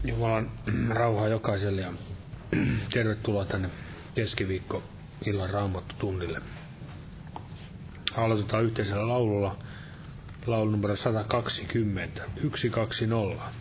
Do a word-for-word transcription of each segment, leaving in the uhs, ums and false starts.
Jumalan rauhaa jokaiselle ja tervetuloa tänne keskiviikko-illan Raamattu-tunnille. Aloitetaan yhteisellä laululla, laulu numero sata kaksikymmentä, yksi kaksi nolla.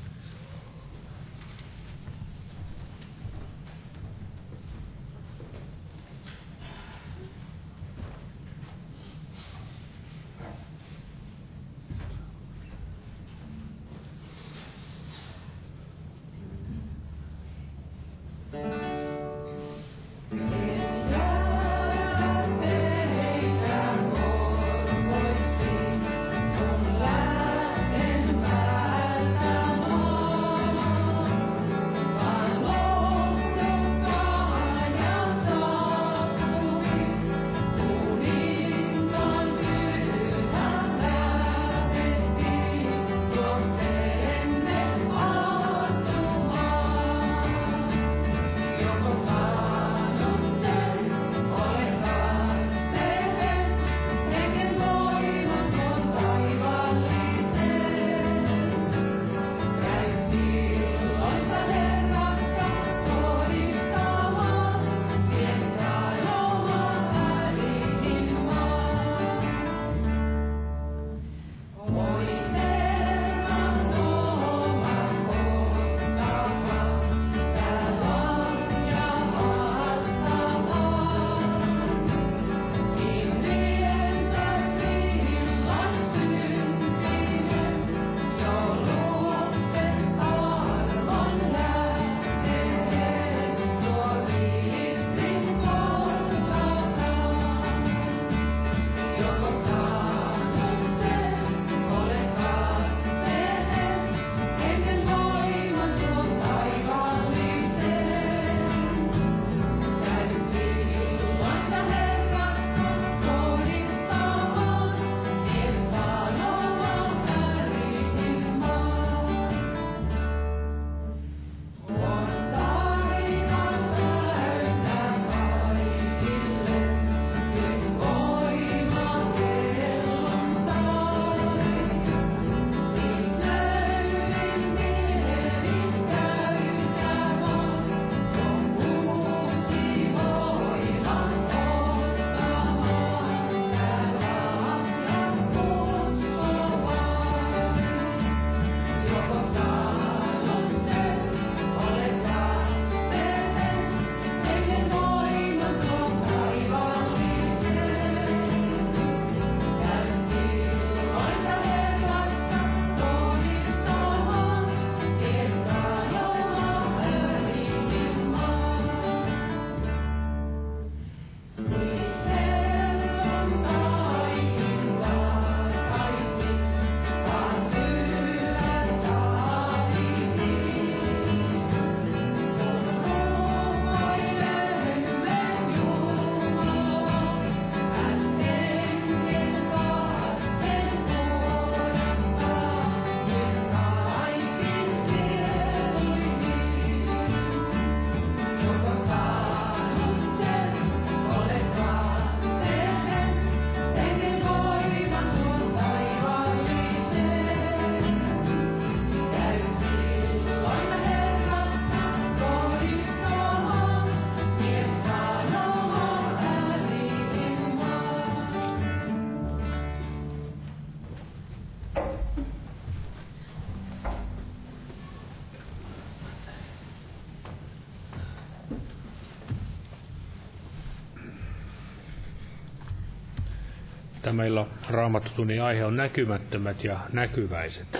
Meillä Raamattutunnin aihe on näkymättömät ja näkyväiset.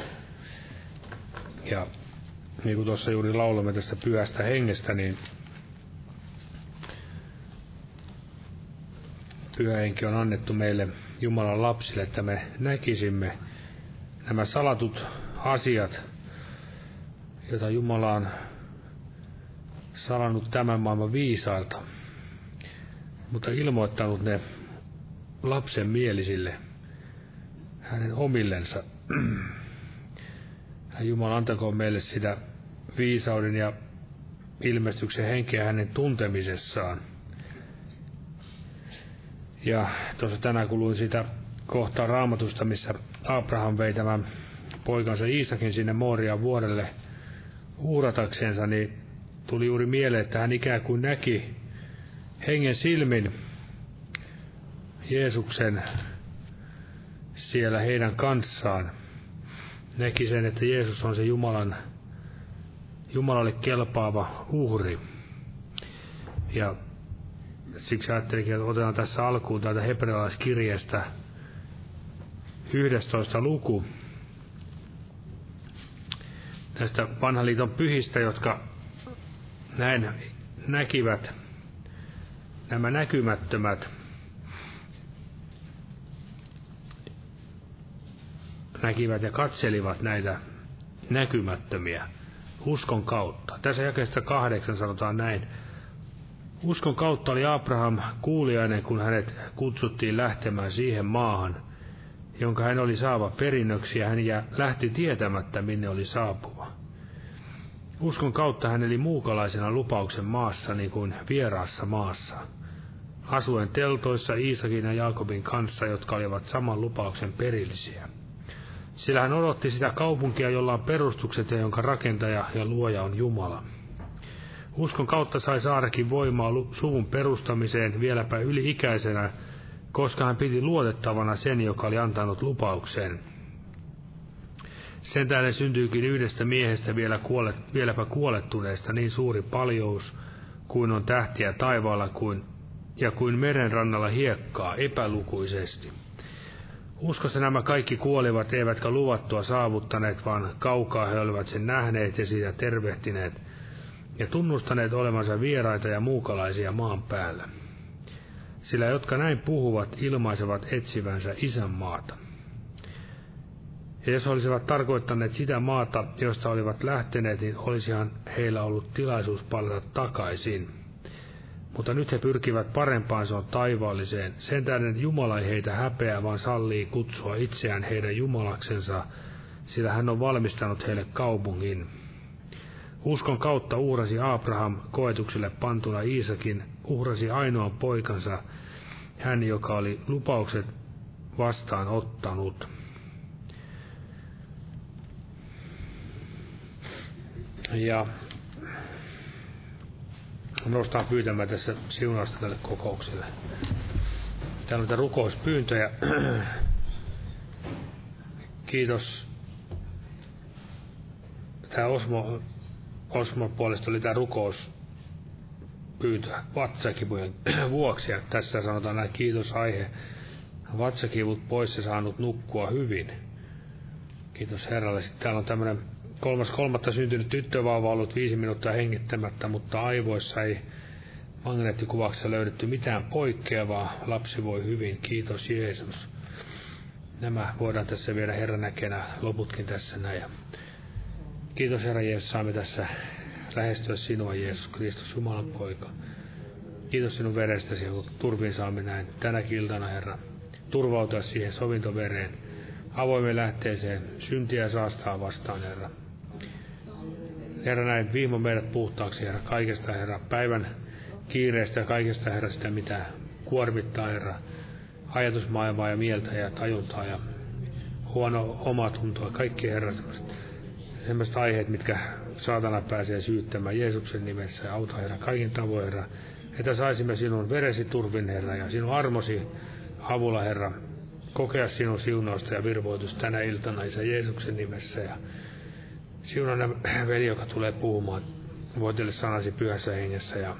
Ja niin kuin tuossa juuri laulamme tästä pyhästä hengestä, niin pyhä henki on annettu meille Jumalan lapsille, että me näkisimme nämä salatut asiat, joita Jumala on salannut tämän maailman viisailta, mutta ilmoittanut ne lapsen mielisille, hänen omillensa. Jumala antakoon meille sitä viisauden ja ilmestyksen henkeä hänen tuntemisessaan. Ja tuossa tänään kun luin sitä kohtaa Raamatusta, missä Abraham vei tämän poikansa Iisakin sinne Moorian vuorelle uhratakseensa, niin tuli juuri mieleen, että hän ikään kuin näki hengen silmin Jeesuksen siellä heidän kanssaan. Näki sen, että Jeesus on se Jumalan, Jumalalle kelpaava uhri. Ja siksi ajattelinkin, että otetaan tässä alkuun täältä hebrealaiskirjeestä yhdestoista luku näistä vanhan liiton pyhistä, jotka näin näkivät, nämä näkymättömät, näkivät ja katselivat näitä näkymättömiä uskon kautta. Tässä jakeesta kahdeksan sanotaan näin. Uskon kautta oli Abraham kuuliainen, kun hänet kutsuttiin lähtemään siihen maahan, jonka hän oli saava perinnöksi, ja hän lähti tietämättä, minne oli saapuva. Uskon kautta hän eli muukalaisena lupauksen maassa, niin kuin vieraassa maassa, asuen teltoissa Iisakin ja Jaakobin kanssa, jotka olivat saman lupauksen perillisiä. Sillä hän odotti sitä kaupunkia, jolla on perustukset ja jonka rakentaja ja luoja on Jumala. Uskon kautta sai Saarakin voimaa suvun perustamiseen vieläpä yli-ikäisenä, koska hän piti luotettavana sen, joka oli antanut lupauksen. Sen tähden syntyykin yhdestä miehestä vielä kuollet, vieläpä kuolettuneesta niin suuri paljous, kuin on tähtiä taivaalla kuin, ja kuin meren rannalla hiekkaa epälukuisesti. Uskossa nämä kaikki kuolivat, eivätkä luvattua saavuttaneet, vaan kaukaa he olivat sen nähneet ja siitä tervehtineet, ja tunnustaneet olevansa vieraita ja muukalaisia maan päällä. Sillä jotka näin puhuvat, ilmaisevat etsivänsä isänmaata. Ja jos olisivat tarkoittaneet sitä maata, josta olivat lähteneet, niin olisihan heillä ollut tilaisuus palata takaisin. Mutta nyt he pyrkivät parempaan, se on taivaalliseen. Sen tähden Jumala ei heitä häpeää, vaan sallii kutsua itseään heidän Jumalaksensa, sillä hän on valmistanut heille kaupungin. Uskon kautta uhrasi Abraham koetukselle pantuna Iisakin, uhrasi ainoan poikansa, hän joka oli lupaukset vastaan ottanut. Ja nostaa pyytämään tässä siunausta tälle kokoukselle. Täällä on näitä rukouspyyntöjä. Kiitos. Tämä Osmo, Osmon puolesta oli tämä rukouspyyntö vatsakivujen vuoksi. Ja tässä sanotaan näin kiitosaihe. Vatsakivut pois ja saanut nukkua hyvin. Kiitos Herralle. Sitten täällä on tämmöinen kolmas kolmatta syntynyt tyttövauva ollut viisi minuuttia hengittämättä, mutta aivoissa ei magneettikuvauksessa löydetty mitään poikkeavaa. Lapsi voi hyvin, kiitos Jeesus. Nämä voidaan tässä viedä Herran näkenä, loputkin tässä näin. Kiitos Herra Jeesus, saamme tässä lähestyä sinua, Jeesus Kristus, Jumalan poika. Kiitos sinun verestäsi, kun turvin saamme näin tänäkin iltana, Herra, turvautua siihen sovintovereen, avoimen lähteeseen, syntiä saastaa vastaan, Herra. Herra, näin viimo meidät puhtaaksi, Herra, kaikesta, Herra, päivän kiireestä ja kaikesta, Herra, sitä mitä kuormittaa, Herra, ajatusmaailmaa ja mieltä ja tajuntaa ja huono omatuntoa, kaikki, Herra, sellaiset, sellaiset aiheet, mitkä saatana pääsee syyttämään Jeesuksen nimessä ja auta, Herra, kaikin tavoin, Herra, että saisimme sinun veresi turvin, Herra, ja sinun armosi avulla, Herra, kokea sinun siunausta ja virvoitusta tänä iltana, Isä Jeesuksen nimessä, ja siunana veli, joka tulee puhumaan, voitelle sanasi pyhässä hengessä, ja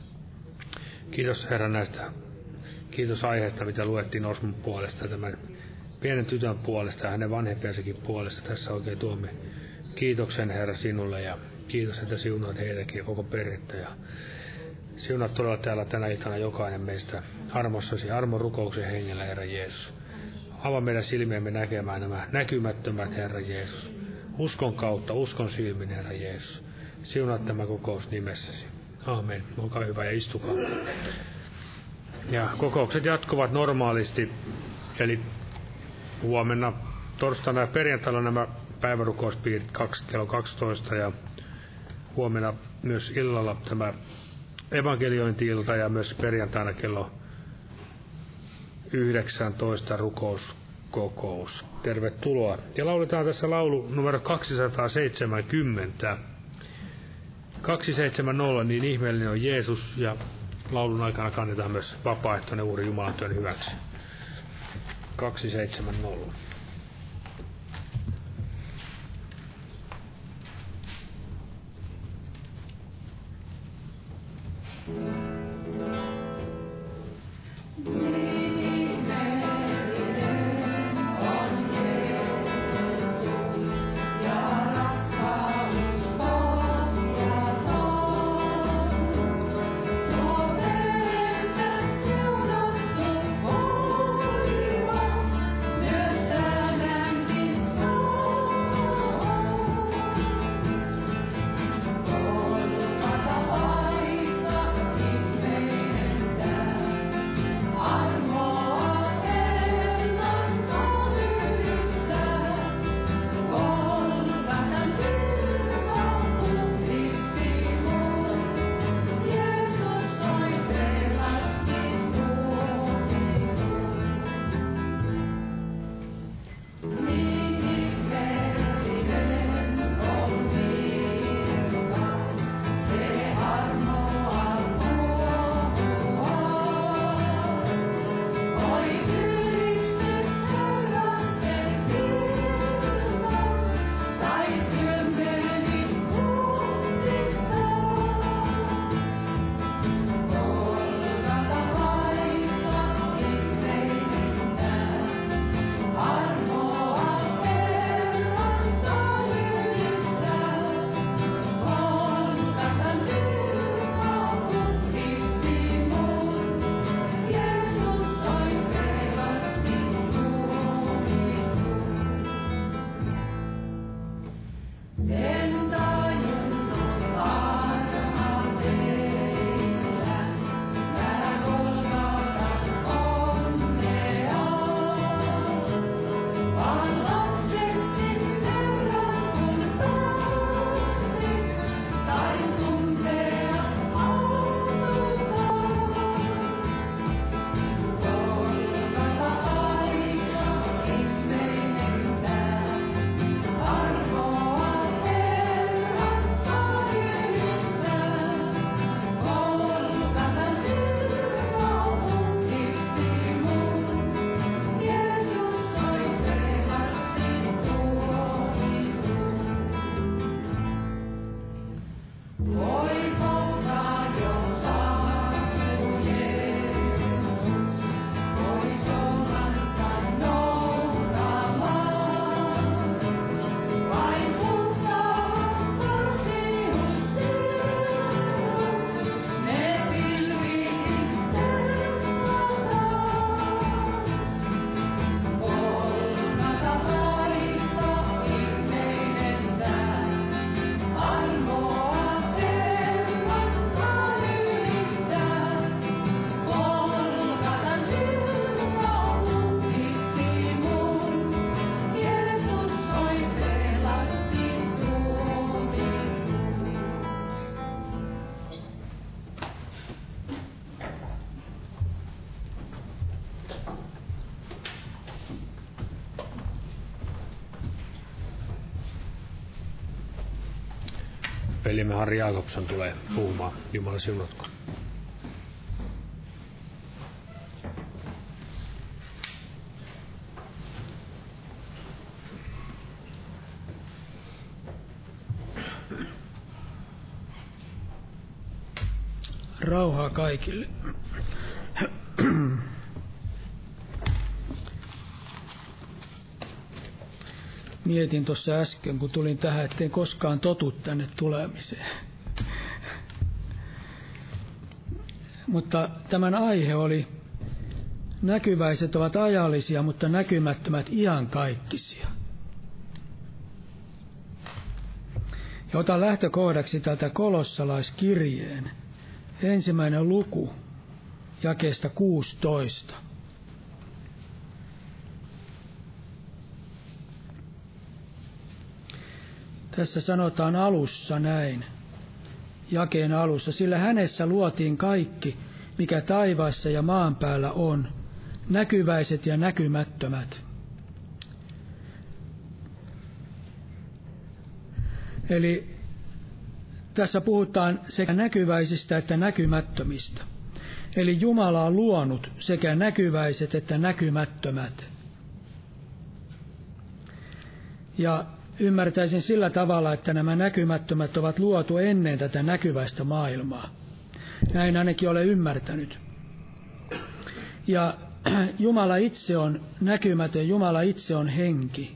kiitos Herra näistä, kiitos aiheesta, mitä luettiin Osmon puolesta, tämän pienen tytön puolesta ja hänen vanhempiensakin puolesta, tässä oikein tuomme kiitoksen Herra sinulle, ja kiitos, että siunaat heitäkin ja koko perhettä, ja siunat todella täällä tänä iltana jokainen meistä armossasi, armon rukouksen hengellä, Herra Jeesus. Avaa meidän silmiämme näkemään nämä näkymättömät, Herra Jeesus. Uskon kautta, uskon silmin, Herra Jeesus. Siunat tämä kokous nimessäsi. Amen. Olkaa hyvä ja istukaa. Ja kokoukset jatkuvat normaalisti, eli huomenna, torstaina ja perjantaina nämä päivärukouspiirit kello kaksitoista ja huomenna myös illalla tämä evankeliointi-ilta ja myös perjantaina kello yhdeksäntoista rukouskokous. Tervetuloa. Ja lauletaan tässä laulu numero kaksisataaseitsemänkymmentä. kaksisataa, niin ihmeellinen on Jeesus, ja laulun aikana kannetaan myös vapaaehtoinen uhri Jumalan työn hyväksi. kaksisataa. Velimme Harri Jakobson tulee puhumaan. Jumala siunatko. Rauhaa kaikille. Mietin tuossa äsken, kun tulin tähän, etten koskaan totu tänne tulemiseen. Mutta tämän aihe oli, näkyväiset ovat ajallisia, mutta näkymättömät iankaikkisia. Ja otan lähtökohdaksi tätä kolossalaiskirjeen ensimmäinen luku jakeesta kuusitoista. Tässä sanotaan alussa näin, jakeen alussa, sillä hänessä luotiin kaikki, mikä taivaassa ja maan päällä on, näkyväiset ja näkymättömät. Eli tässä puhutaan sekä näkyväisistä että näkymättömistä. Eli Jumala on luonut sekä näkyväiset että näkymättömät. Ja ymmärtäisin sillä tavalla, että nämä näkymättömät ovat luotu ennen tätä näkyväistä maailmaa. Näin ainakin olen ymmärtänyt. Ja Jumala itse on näkymätön, Jumala itse on henki.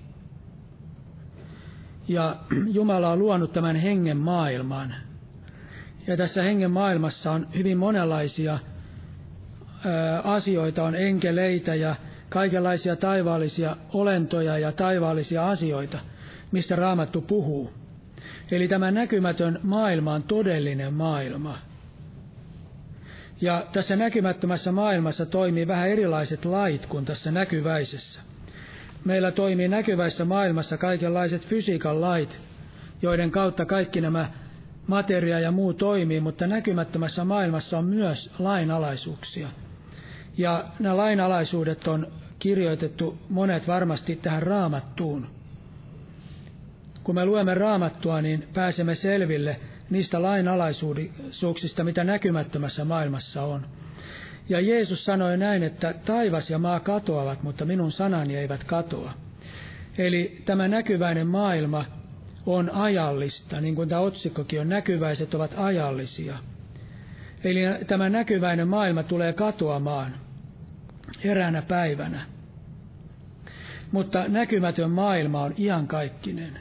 Ja Jumala on luonut tämän hengen maailman. Ja tässä hengen maailmassa on hyvin monenlaisia ää, asioita, on enkeleitä ja kaikenlaisia taivaallisia olentoja ja taivaallisia asioita, mistä Raamattu puhuu. Eli tämä näkymätön maailma on todellinen maailma. Ja tässä näkymättömässä maailmassa toimii vähän erilaiset lait kuin tässä näkyväisessä. Meillä toimii näkyväisessä maailmassa kaikenlaiset fysiikan lait, joiden kautta kaikki nämä materia ja muu toimii, mutta näkymättömässä maailmassa on myös lainalaisuuksia. Ja nämä lainalaisuudet on kirjoitettu monet varmasti tähän Raamattuun. Kun me luemme Raamattua, niin pääsemme selville niistä lainalaisuuksista, mitä näkymättömässä maailmassa on. Ja Jeesus sanoi näin, että taivas ja maa katoavat, mutta minun sanani eivät katoa. Eli tämä näkyväinen maailma on ajallista, niin kuin tämä otsikkokin on, näkyväiset ovat ajallisia. Eli tämä näkyväinen maailma tulee katoamaan eräänä päivänä. Mutta näkymätön maailma on iankaikkinen.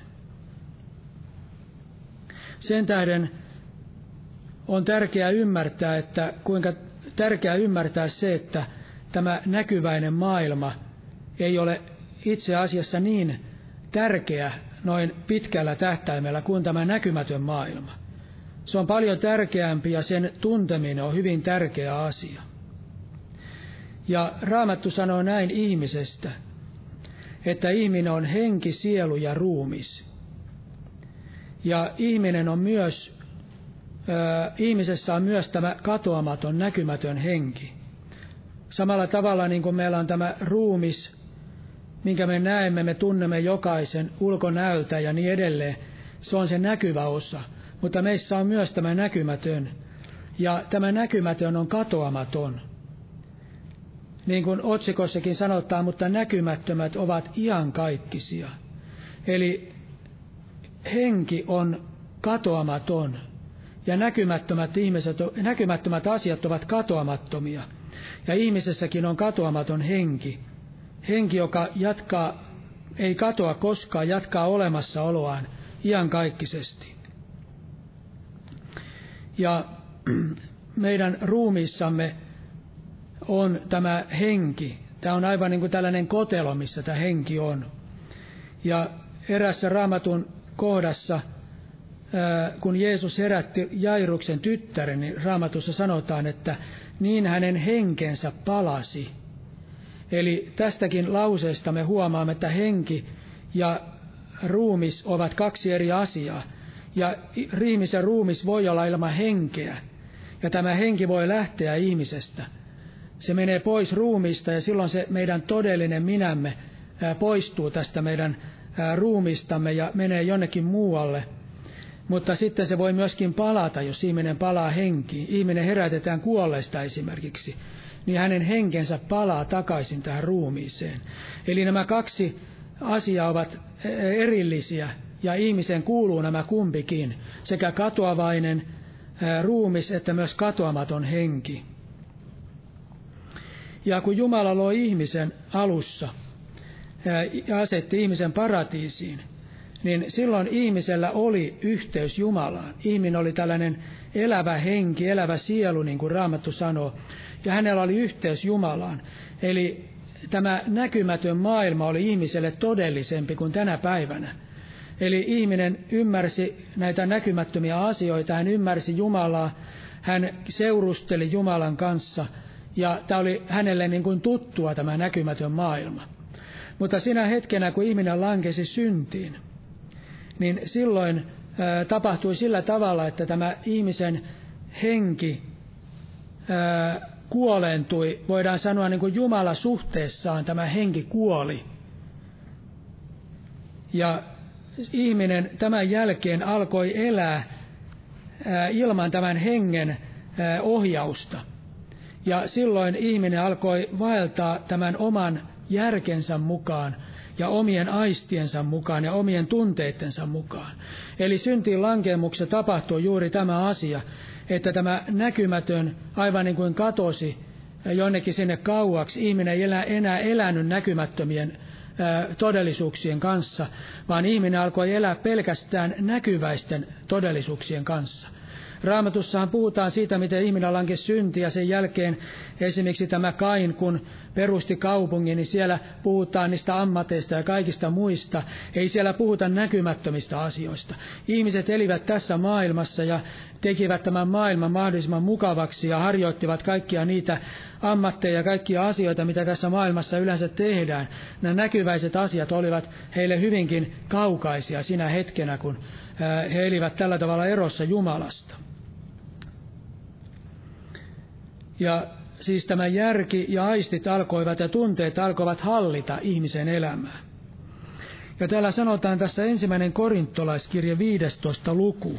Sen tähden on tärkeää ymmärtää, että kuinka tärkeää ymmärtää se, että tämä näkyväinen maailma ei ole itse asiassa niin tärkeä noin pitkällä tähtäimellä kuin tämä näkymätön maailma. Se on paljon tärkeämpi ja sen tunteminen on hyvin tärkeä asia. Ja Raamattu sanoo näin ihmisestä, että ihminen on henki, sielu ja ruumis. Ja ihminen on myös, äh, ihmisessä on myös tämä katoamaton, näkymätön henki. Samalla tavalla niin kuin meillä on tämä ruumis, minkä me näemme, me tunnemme jokaisen ulkonäöltä ja niin edelleen. Se on se näkyvä osa, mutta meissä on myös tämä näkymätön. Ja tämä näkymätön on katoamaton. Niin kuin otsikossakin sanotaan, mutta näkymättömät ovat iankaikkisia. Eli henki on katoamaton ja näkymättömät, ihmiset, näkymättömät asiat ovat katoamattomia. Ja ihmisessäkin on katoamaton henki. Henki, joka jatkaa, ei katoa koskaan, jatkaa olemassaoloaan iankaikkisesti. Ja meidän ruumiissamme on tämä henki. Tämä on aivan niin kuin tällainen kotelo, missä tämä henki on. Ja erässä Raamatun kohdassa, kun Jeesus herätti Jairuksen tyttären, niin Raamatussa sanotaan, että niin hänen henkensä palasi. Eli tästäkin lauseesta me huomaamme, että henki ja ruumis ovat kaksi eri asiaa. Ja ihmisen ruumis voi olla ilman henkeä. Ja tämä henki voi lähteä ihmisestä. Se menee pois ruumista ja silloin se meidän todellinen minämme poistuu tästä meidän ruumistamme ja menee jonnekin muualle. Mutta sitten se voi myöskin palata, jos ihminen palaa henkiin. Ihminen herätetään kuolleista esimerkiksi, niin hänen henkensä palaa takaisin tähän ruumiiseen. Eli nämä kaksi asiaa ovat erillisiä ja ihmisen kuuluu nämä kumpikin, sekä katoavainen ruumis että myös katoamaton henki. Ja kun Jumala loi ihmisen alussa ja asetti ihmisen paratiisiin, niin silloin ihmisellä oli yhteys Jumalaan. Ihminen oli tällainen elävä henki, elävä sielu, niin kuin Raamattu sanoo, ja hänellä oli yhteys Jumalaan. Eli tämä näkymätön maailma oli ihmiselle todellisempi kuin tänä päivänä. Eli ihminen ymmärsi näitä näkymättömiä asioita, hän ymmärsi Jumalaa, hän seurusteli Jumalan kanssa, ja tämä oli hänelle niin kuin tuttua tämä näkymätön maailma. Mutta siinä hetkenä, kun ihminen lankesi syntiin, niin silloin ää, tapahtui sillä tavalla, että tämä ihmisen henki ää, kuoleentui, voidaan sanoa niin kuin Jumala suhteessaan tämä henki kuoli. Ja ihminen tämän jälkeen alkoi elää ilman tämän hengen ohjausta. Ja silloin ihminen alkoi vaeltaa tämän oman järkensä mukaan ja omien aistiensa mukaan ja omien tunteittensa mukaan. Eli syntiin lankeemuksessa tapahtuu juuri tämä asia, että tämä näkymätön aivan niin kuin katosi jonnekin sinne kauaksi. Ihminen ei elä, enää elänyt näkymättömien ä, todellisuuksien kanssa, vaan ihminen alkoi elää pelkästään näkyväisten todellisuuksien kanssa. Raamatussahan puhutaan siitä, miten ihminen lankesi syntiin, ja sen jälkeen esimerkiksi tämä Kain, kun perusti kaupungin, niin siellä puhutaan niistä ammateista ja kaikista muista. Ei siellä puhuta näkymättömistä asioista. Ihmiset elivät tässä maailmassa ja tekivät tämän maailman mahdollisimman mukavaksi ja harjoittivat kaikkia niitä ammatteja ja kaikkia asioita, mitä tässä maailmassa yleensä tehdään. Nämä näkyväiset asiat olivat heille hyvinkin kaukaisia sinä hetkenä, kun he elivät tällä tavalla erossa Jumalasta. Ja siis tämä järki ja aistit alkoivat ja tunteet alkoivat hallita ihmisen elämää. Ja täällä sanotaan tässä ensimmäinen korintolaiskirje viidestoista luku.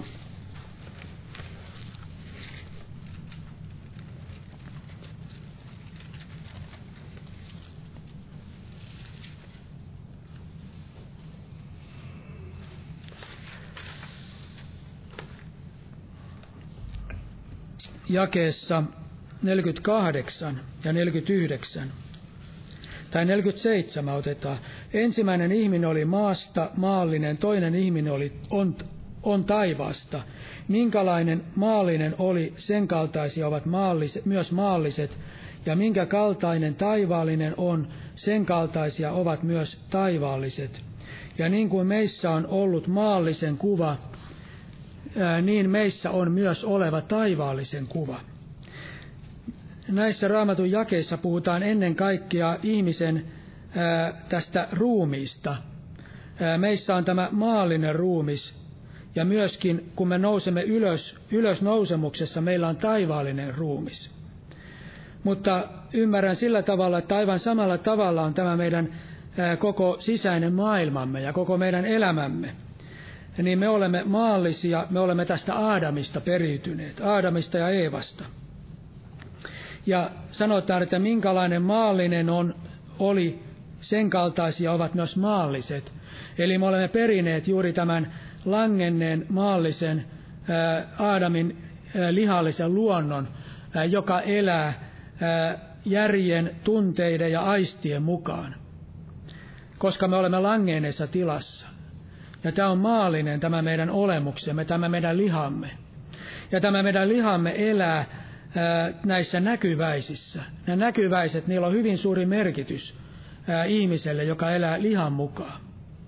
Jakeessa neljäkymmentäkahdeksan ja neljäkymmentäyhdeksän, tai neljäkymmentäseitsemän otetaan. Ensimmäinen ihminen oli maasta, maallinen, toinen ihminen oli, on, on taivaasta. Minkälainen maallinen oli, sen kaltaisia ovat maalliset, myös maalliset, ja minkä kaltainen taivaallinen on, sen kaltaisia ovat myös taivaalliset. Ja niin kuin meissä on ollut maallisen kuva, niin meissä on myös oleva taivaallisen kuva. Näissä Raamatun jakeissa puhutaan ennen kaikkea ihmisen ää, tästä ruumiista. Ää, meissä on tämä maallinen ruumis, ja myöskin kun me nousemme ylös, ylös nousemuksessa, meillä on taivaallinen ruumis. Mutta ymmärrän sillä tavalla, että aivan samalla tavalla on tämä meidän ää, koko sisäinen maailmamme ja koko meidän elämämme. Niin me olemme maallisia, me olemme tästä Aadamista periytyneet, Aadamista ja Eevasta. Ja sanotaan, että minkälainen maallinen on, oli, sen kaltaisia ovat myös maalliset. Eli me olemme perineet juuri tämän langenneen maallisen ää, Aadamin ää, lihallisen luonnon, ää, joka elää ää, järjen, tunteiden ja aistien mukaan, koska me olemme langenneessa tilassa. Ja tämä on maallinen, tämä meidän olemuksemme, tämä meidän lihamme. Ja tämä meidän lihamme elää ää, näissä näkyväisissä. Nämä näkyväiset, niillä on hyvin suuri merkitys ää, ihmiselle, joka elää lihan mukaan.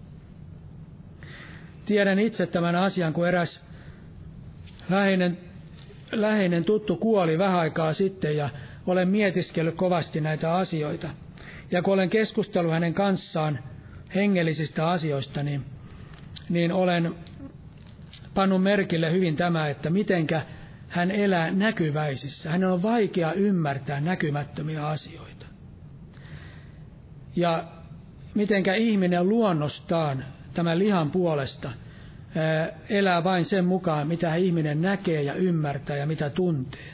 Tiedän itse tämän asian, kun eräs läheinen, läheinen tuttu kuoli vähän aikaa sitten, ja olen mietiskellyt kovasti näitä asioita. Ja kun olen keskustellut hänen kanssaan hengellisistä asioista, niin niin olen pannut merkille hyvin tämä, että mitenkä hän elää näkyväisissä. Hänen on vaikea ymmärtää näkymättömiä asioita. Ja mitenkä ihminen luonnostaan tämän lihan puolesta elää vain sen mukaan, mitä ihminen näkee ja ymmärtää ja mitä tuntee.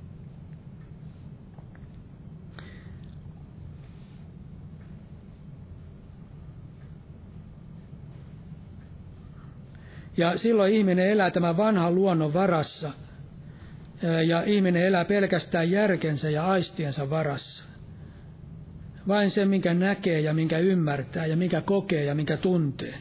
Ja silloin ihminen elää tämän vanhan luonnon varassa, ja ihminen elää pelkästään järkensä ja aistiensa varassa. Vain se, minkä näkee ja minkä ymmärtää ja minkä kokee ja minkä tuntee.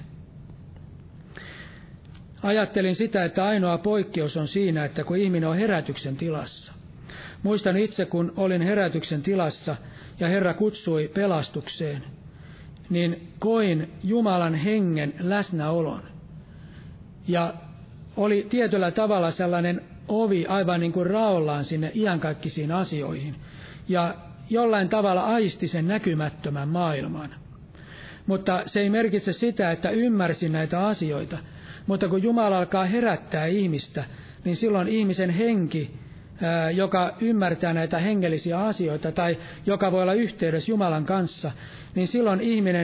Ajattelin sitä, että ainoa poikkeus on siinä, että kun ihminen on herätyksen tilassa. Muistan itse, kun olin herätyksen tilassa ja Herra kutsui pelastukseen, niin koin Jumalan hengen läsnäolon. Ja oli tietyllä tavalla sellainen ovi aivan niin kuin raollaan sinne iankaikkisiin asioihin. Ja jollain tavalla aisti sen näkymättömän maailman. Mutta se ei merkitse sitä, että ymmärsin näitä asioita. Mutta kun Jumala alkaa herättää ihmistä, niin silloin ihmisen henki, ää, joka ymmärtää näitä hengellisiä asioita tai joka voi olla yhteydessä Jumalan kanssa, niin silloin ihminen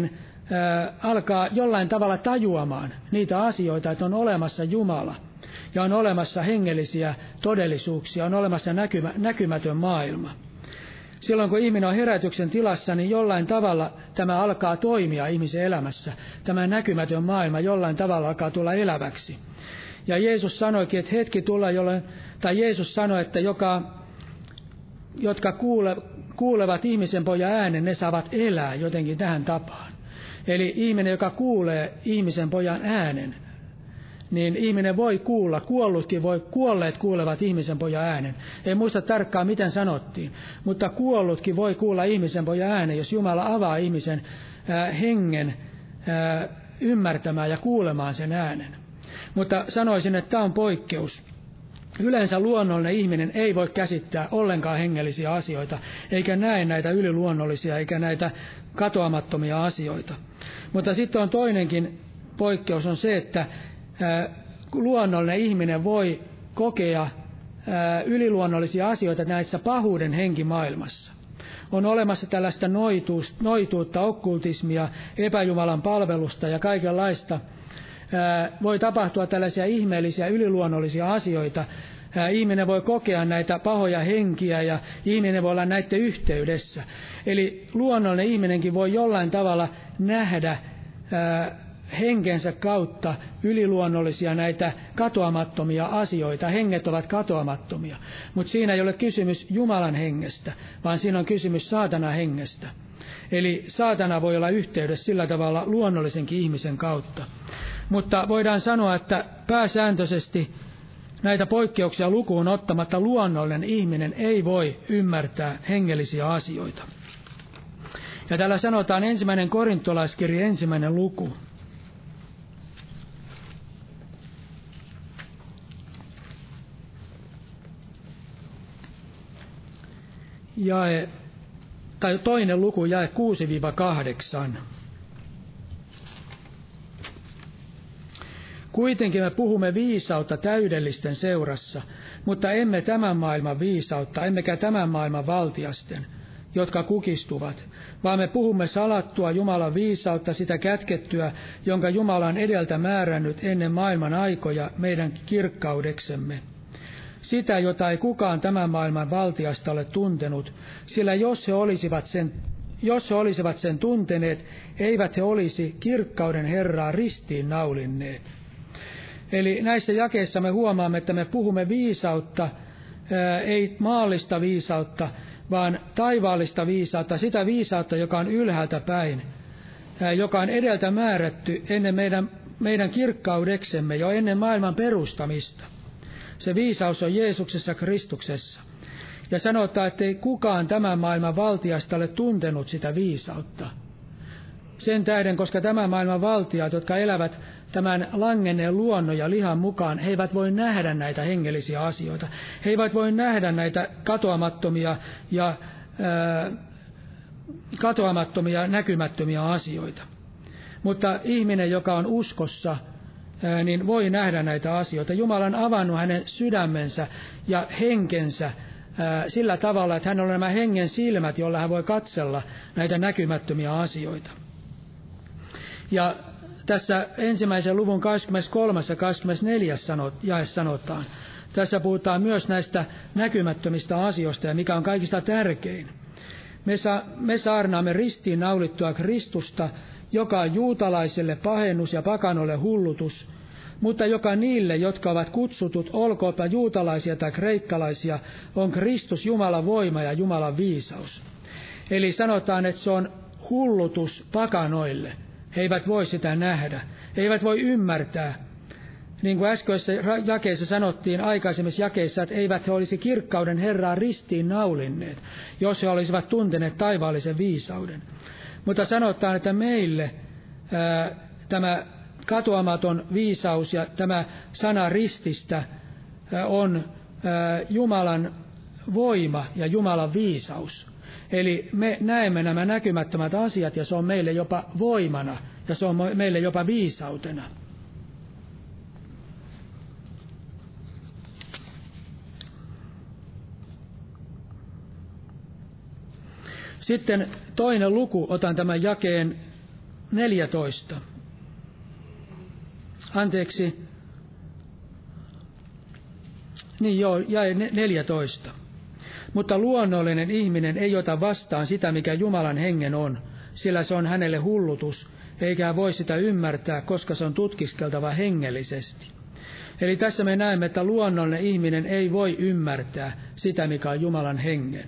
ää, alkaa jollain tavalla tajuamaan niitä asioita, että on olemassa Jumala ja on olemassa hengellisiä todellisuuksia, on olemassa näkymä, näkymätön maailma. Silloin kun ihminen on herätyksen tilassa, niin jollain tavalla tämä alkaa toimia ihmisen elämässä. Tämä näkymätön maailma jollain tavalla alkaa tulla eläväksi. Ja Jeesus sanoikin, että hetki tulla, jolloin, tai Jeesus sanoi, että joka, jotka kuule, kuulevat ihmisen pojan äänen, ne saavat elää jotenkin tähän tapaan. Eli ihminen, joka kuulee ihmisen pojan äänen, niin ihminen voi kuulla, kuollutkin voi, kuolleet kuulevat ihmisen pojan äänen. Ei muista tarkkaan, miten sanottiin, mutta kuollutkin voi kuulla ihmisen pojan äänen, jos Jumala avaa ihmisen ää, hengen ää, ymmärtämään ja kuulemaan sen äänen. Mutta sanoisin, että tämä on poikkeus. Yleensä luonnollinen ihminen ei voi käsittää ollenkaan hengellisiä asioita, eikä näe näitä yliluonnollisia, eikä näitä katoamattomia asioita. Mutta sitten on toinenkin poikkeus, on se, että ää, luonnollinen ihminen voi kokea ää, yliluonnollisia asioita näissä pahuuden henkimaailmassa. On olemassa tällaista noituutta, okkultismia, epäjumalan palvelusta ja kaikenlaista. Voi tapahtua tällaisia ihmeellisiä yliluonnollisia asioita. Ihminen voi kokea näitä pahoja henkiä ja ihminen voi olla näiden yhteydessä. Eli luonnollinen ihminenkin voi jollain tavalla nähdä henkensä kautta yliluonnollisia näitä katoamattomia asioita. Henget ovat katoamattomia, mutta siinä ei ole kysymys Jumalan hengestä, vaan siinä on kysymys saatanan hengestä. Eli saatana voi olla yhteydessä sillä tavalla luonnollisenkin ihmisen kautta. Mutta voidaan sanoa, että pääsääntöisesti näitä poikkeuksia lukuun ottamatta luonnollinen ihminen ei voi ymmärtää hengellisiä asioita. Ja täällä sanotaan ensimmäinen korintolaiskirja, ensimmäinen luku. Jae, tai toinen luku, jae kuusi kahdeksan. Kuitenkin me puhumme viisautta täydellisten seurassa, mutta emme tämän maailman viisautta, emmekä tämän maailman valtiasten, jotka kukistuvat, vaan me puhumme salattua Jumalan viisautta, sitä kätkettyä, jonka Jumala on edeltä määrännyt ennen maailman aikoja meidän kirkkaudeksemme. Sitä, jota ei kukaan tämän maailman valtiasta ole tuntenut, sillä jos he olisivat sen, jos he olisivat sen tunteneet, eivät he olisi kirkkauden Herraa ristiin naulinneet. Eli näissä jakeissa me huomaamme, että me puhumme viisautta, ää, ei maallista viisautta, vaan taivaallista viisautta, sitä viisautta, joka on ylhäältä päin, ää, joka on edeltä määrätty ennen meidän, meidän kirkkaudeksemme, jo ennen maailman perustamista. Se viisaus on Jeesuksessa Kristuksessa. Ja sanotaan, että ei kukaan tämän maailman valtiasta ole tuntenut sitä viisautta. Sen tähden, koska tämän maailman valtiat, jotka elävät tämän langenneen luonnon ja lihan mukaan, he eivät voi nähdä näitä hengellisiä asioita. He eivät voi nähdä näitä katoamattomia ja ää, katoamattomia, näkymättömiä asioita. Mutta ihminen, joka on uskossa, ää, niin voi nähdä näitä asioita. Jumala on avannut hänen sydämensä ja henkensä ää, sillä tavalla, että hänellä on nämä hengen silmät, joilla hän voi katsella näitä näkymättömiä asioita. Ja tässä ensimmäisen luvun kaksikymmentäkolme ja kaksikymmentäneljä jae sanotaan. Tässä puhutaan myös näistä näkymättömistä asioista, ja mikä on kaikista tärkein. Me, sa- me saarnaamme ristiin naulittua Kristusta, joka on juutalaisille pahennus ja pakanoille hullutus, mutta joka niille, jotka ovat kutsutut, olkoonpa juutalaisia tai kreikkalaisia, on Kristus Jumalan voima ja Jumalan viisaus. Eli sanotaan, että se on hullutus pakanoille. He eivät voi sitä nähdä. He eivät voi ymmärtää. Niin kuin äskeisessä jakeessa sanottiin aikaisemmissa jakeissa, että eivät he olisi kirkkauden Herraa ristiin naulinneet, jos he olisivat tunteneet taivaallisen viisauden. Mutta sanotaan, että meille ää, tämä katoamaton viisaus ja tämä sana rististä ää, on ää, Jumalan voima ja Jumalan viisaus. Eli me näemme nämä näkymättömät asiat, ja se on meille jopa voimana, ja se on meille jopa viisautena. Sitten toinen luku, otan tämän jakeen neljätoista. Anteeksi. Niin joo, jäi neljätoista. Mutta luonnollinen ihminen ei ota vastaan sitä, mikä Jumalan hengen on, sillä se on hänelle hullutus, eikä hän voi sitä ymmärtää, koska se on tutkiskeltava hengellisesti. Eli tässä me näemme, että luonnollinen ihminen ei voi ymmärtää sitä, mikä on Jumalan hengen.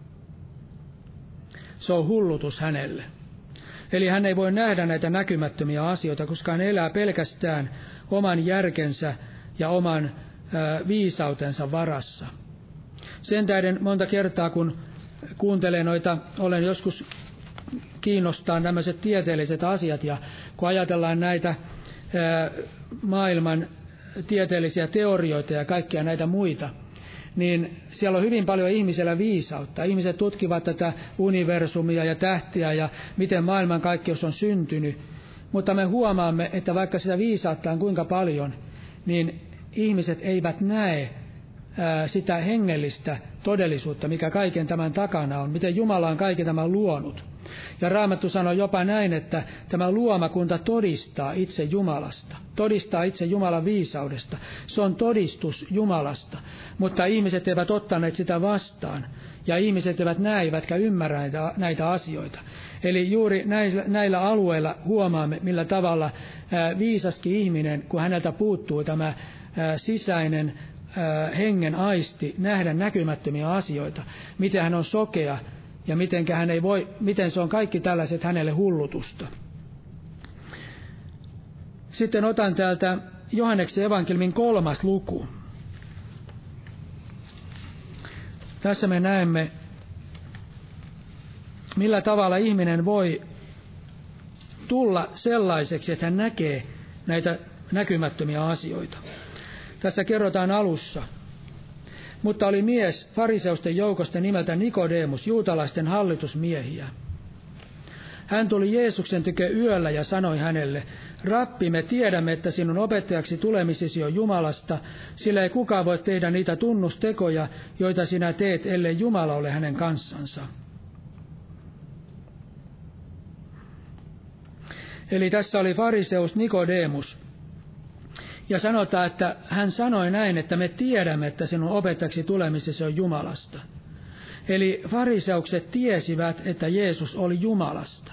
Se on hullutus hänelle. Eli hän ei voi nähdä näitä näkymättömiä asioita, koska hän elää pelkästään oman järkensä ja oman ä, viisautensa varassa. Sen tähden monta kertaa, kun kuuntelen noita, olen joskus kiinnostaa tämmöiset tieteelliset asiat, ja kun ajatellaan näitä ää, maailman tieteellisiä teorioita ja kaikkia näitä muita, niin siellä on hyvin paljon ihmisellä viisautta. Ihmiset tutkivat tätä universumia ja tähtiä ja miten maailmankaikkeus on syntynyt, mutta me huomaamme, että vaikka sitä viisautta on kuinka paljon, niin ihmiset eivät näe ää, sitä hengellistä todellisuutta, mikä kaiken tämän takana on, miten Jumala on kaiken tämän luonut. Ja Raamattu sanoo jopa näin, että tämä luomakunta todistaa itse Jumalasta, todistaa itse Jumalan viisaudesta. Se on todistus Jumalasta, mutta ihmiset eivät ottaneet sitä vastaan, ja ihmiset eivät näe, eivätkä ymmärrä näitä, näitä asioita. Eli juuri näillä, näillä alueilla huomaamme, millä tavalla ää, viisaskin ihminen, kun häneltä puuttuu tämä ää, sisäinen ää, hengen aisti, nähdä näkymättömiä asioita, miten hän on sokea, ja miten hän ei voi, miten se on kaikki tällaiset hänelle hullutusta. Sitten otan täältä Johanneksen evankeliumin kolmas luku. Tässä me näemme, millä tavalla ihminen voi tulla sellaiseksi, että hän näkee näitä näkymättömiä asioita. Tässä kerrotaan alussa. Mutta oli mies fariseusten joukosta nimeltä Nikodemus, juutalaisten hallitusmiehiä. Hän tuli Jeesuksen tykö yöllä ja sanoi hänelle, Rappi, me tiedämme, että sinun opettajaksi tulemisesi on Jumalasta, sillä ei kukaan voi tehdä niitä tunnustekoja, joita sinä teet, ellei Jumala ole hänen kanssansa. Eli tässä oli fariseus Nikodemus. Ja sanotaan, että hän sanoi näin, että me tiedämme, että sinun opettajaksi tulemisesi on Jumalasta. Eli fariseukset tiesivät, että Jeesus oli Jumalasta.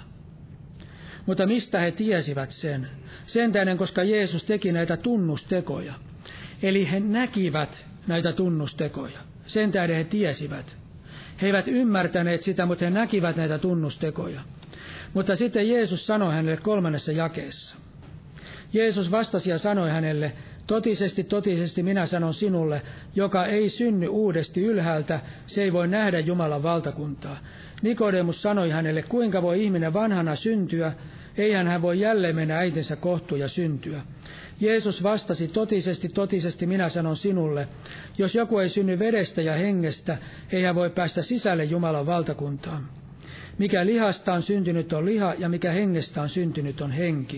Mutta mistä he tiesivät sen? Sen tähden, koska Jeesus teki näitä tunnustekoja. Eli he näkivät näitä tunnustekoja. Sen tähden he tiesivät. He eivät ymmärtäneet sitä, mutta he näkivät näitä tunnustekoja. Mutta sitten Jeesus sanoi hänelle kolmannessa jakeessa. Jeesus vastasi ja sanoi hänelle, totisesti, totisesti minä sanon sinulle, joka ei synny uudesti ylhäältä, se ei voi nähdä Jumalan valtakuntaa. Nikodemus sanoi hänelle, kuinka voi ihminen vanhana syntyä, eihän hän voi jälleen mennä äitinsä kohtuun ja syntyä. Jeesus vastasi, totisesti, totisesti minä sanon sinulle, jos joku ei synny vedestä ja hengestä, ei hän voi päästä sisälle Jumalan valtakuntaan. Mikä lihasta on syntynyt on liha, ja mikä hengestä on syntynyt on henki.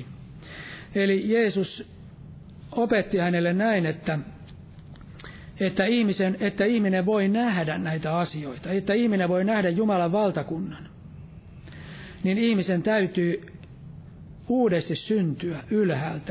Eli Jeesus opetti hänelle näin, että, että, ihmisen, että ihminen voi nähdä näitä asioita, että ihminen voi nähdä Jumalan valtakunnan. Niin ihmisen täytyy uudesti syntyä ylhäältä.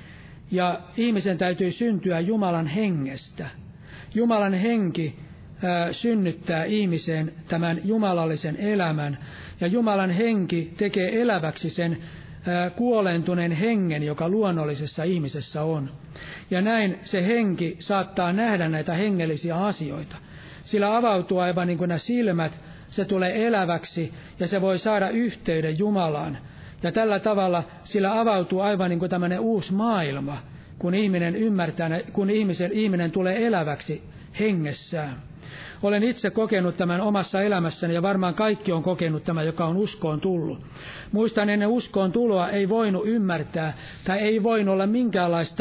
Ja ihmisen täytyy syntyä Jumalan hengestä. Jumalan henki ää, synnyttää ihmiseen tämän jumalallisen elämän. Ja Jumalan henki tekee eläväksi sen kuoleentuneen hengen, joka luonnollisessa ihmisessä on. Ja näin se henki saattaa nähdä näitä hengellisiä asioita. Sillä avautuu aivan niin kuin nämä silmät, se tulee eläväksi ja se voi saada yhteyden Jumalaan. Ja tällä tavalla sillä avautuu aivan niin kuin tämmöinen uusi maailma, kun ihminen ymmärtää, kun ihmisen, ihminen tulee eläväksi hengessään. Olen itse kokenut tämän omassa elämässäni ja varmaan kaikki on kokenut tämän, joka on uskoon tullut. Muistan, ennen uskoon tuloa ei voinut ymmärtää tai ei voinut olla minkäänlaista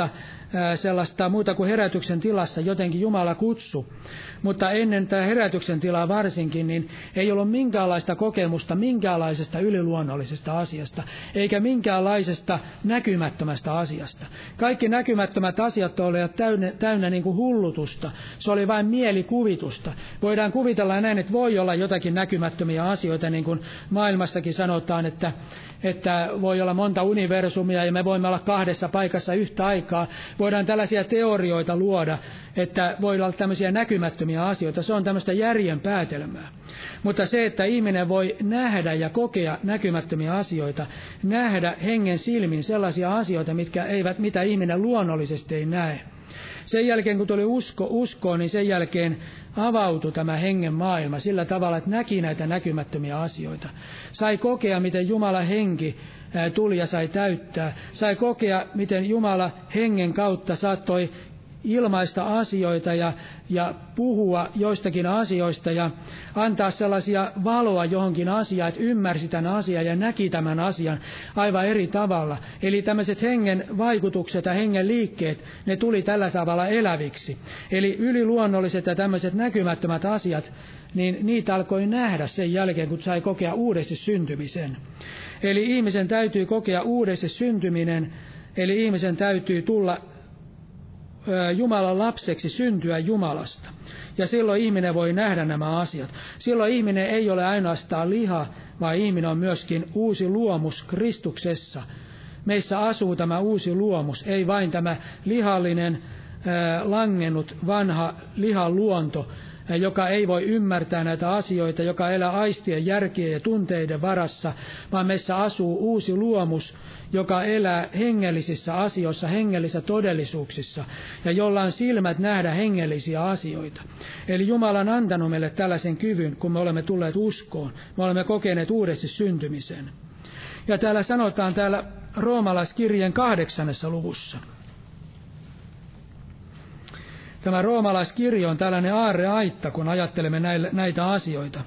sellaista muuta kuin herätyksen tilassa jotenkin Jumala kutsu. Mutta ennen tämä herätyksen tilaa varsinkin, niin ei ollut minkäänlaista kokemusta minkäänlaisesta yliluonnollisesta asiasta, eikä minkäänlaisesta näkymättömästä asiasta. Kaikki näkymättömät asiat olivat täynnä, täynnä niin kuin hullutusta. Se oli vain mielikuvitusta. Voidaan kuvitella näin, että voi olla jotakin näkymättömiä asioita, niin kuin maailmassakin sanotaan, että että voi olla monta universumia ja me voimme olla kahdessa paikassa yhtä aikaa. Voidaan tällaisia teorioita luoda, että voi olla tämmöisiä näkymättömiä asioita. Se on tämmöistä järjen päätelmää. Mutta se, että ihminen voi nähdä ja kokea näkymättömiä asioita, nähdä hengen silmin sellaisia asioita, mitkä eivät, mitä ihminen luonnollisesti ei näe. Sen jälkeen, kun tuli usko, uskoon, niin sen jälkeen avautui tämä hengen maailma sillä tavalla, että näki näitä näkymättömiä asioita. Sai kokea, miten Jumalan henki tuli ja sai täyttää. Sai kokea, miten Jumala hengen kautta saattoi ilmaista asioita ja, ja puhua joistakin asioista ja antaa sellaisia valoa johonkin asiaan, että ymmärsi tämän asian ja näki tämän asian aivan eri tavalla. Eli tämmöiset hengen vaikutukset ja hengen liikkeet, ne tuli tällä tavalla eläviksi. Eli yliluonnolliset ja tämmöiset näkymättömät asiat, niin niitä alkoi nähdä sen jälkeen, kun sai kokea uudesti syntymisen. Eli ihmisen täytyy kokea uudesti syntyminen, eli ihmisen täytyy tulla Jumalan lapseksi, syntyä Jumalasta. Ja silloin ihminen voi nähdä nämä asiat. Silloin ihminen ei ole ainoastaan liha, vaan ihminen on myöskin uusi luomus Kristuksessa. Meissä asuu tämä uusi luomus, ei vain tämä lihallinen, langennut, vanha lihan luonto, joka ei voi ymmärtää näitä asioita, joka elää aistien, järkien ja tunteiden varassa, vaan meissä asuu uusi luomus, joka elää hengellisissä asioissa, hengellisissä todellisuuksissa, ja jolla on silmät nähdä hengellisiä asioita. Eli Jumala on antanut meille tällaisen kyvyn, kun me olemme tulleet uskoon. Me olemme kokeneet uudesti syntymisen. Ja täällä sanotaan täällä roomalaiskirjeen kahdeksannessa luvussa. Tämä roomalaiskirja on tällainen aarreaitta, kun ajattelemme näitä asioita.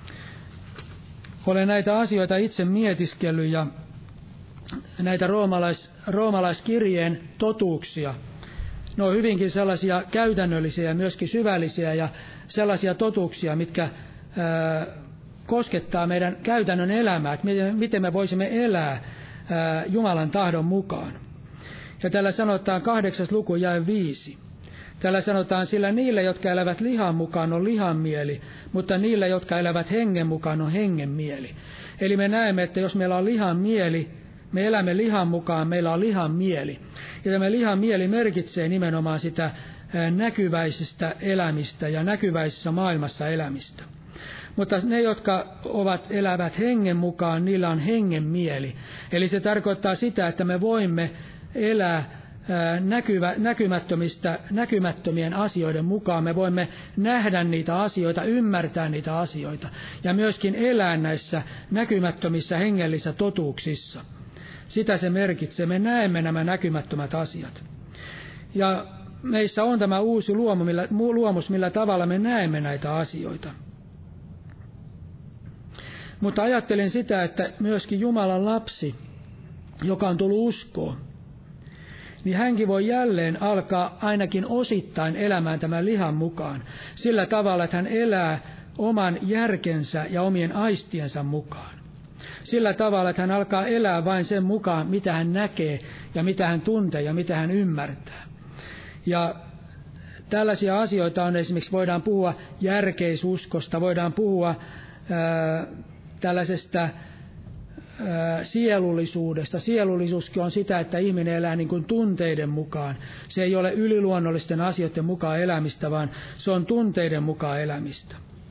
Olen näitä asioita itse mietiskellyt ja näitä roomalais, roomalaiskirjeen totuuksia. Ne on hyvinkin sellaisia käytännöllisiä ja myöskin syvällisiä ja sellaisia totuuksia, mitkä ää, koskettaa meidän käytännön elämää, että miten, miten me voisimme elää ää, Jumalan tahdon mukaan. Ja täällä sanotaan kahdeksas luku jae viisi. Täällä sanotaan, sillä niille, jotka elävät lihan mukaan, on lihan mieli, mutta niille, jotka elävät hengen mukaan, on hengen mieli. Eli me näemme, että jos meillä on lihan mieli, me elämme lihan mukaan, meillä on lihan mieli. Ja tämä lihan mieli merkitsee nimenomaan sitä näkyväisestä elämistä ja näkyväisessä maailmassa elämistä. Mutta ne, jotka ovat, elävät hengen mukaan, niillä on hengen mieli. Eli se tarkoittaa sitä, että me voimme elää näkyvä, näkymättömistä, näkymättömien asioiden mukaan. Me voimme nähdä niitä asioita, ymmärtää niitä asioita ja myöskin elää näissä näkymättömissä hengellisissä totuuksissa. Sitä se merkitsee. Me näemme nämä näkymättömät asiat. Ja meissä on tämä uusi luomu, millä, luomus, millä tavalla me näemme näitä asioita. Mutta ajattelin sitä, että myöskin Jumalan lapsi, joka on tullut uskoon, niin hänkin voi jälleen alkaa ainakin osittain elämään tämän lihan mukaan, sillä tavalla, että hän elää oman järkensä ja omien aistiensa mukaan. Sillä tavalla, että hän alkaa elää vain sen mukaan, mitä hän näkee ja mitä hän tuntee ja mitä hän ymmärtää. Ja tällaisia asioita on esimerkiksi, voidaan puhua järkeisuskosta, voidaan puhua ää, tällaisesta sielullisuudesta. Sielullisuuskin on sitä, että ihminen elää niin kuin tunteiden mukaan. Se ei ole yliluonnollisten asioiden mukaan elämistä, vaan se on tunteiden mukaan elämistä.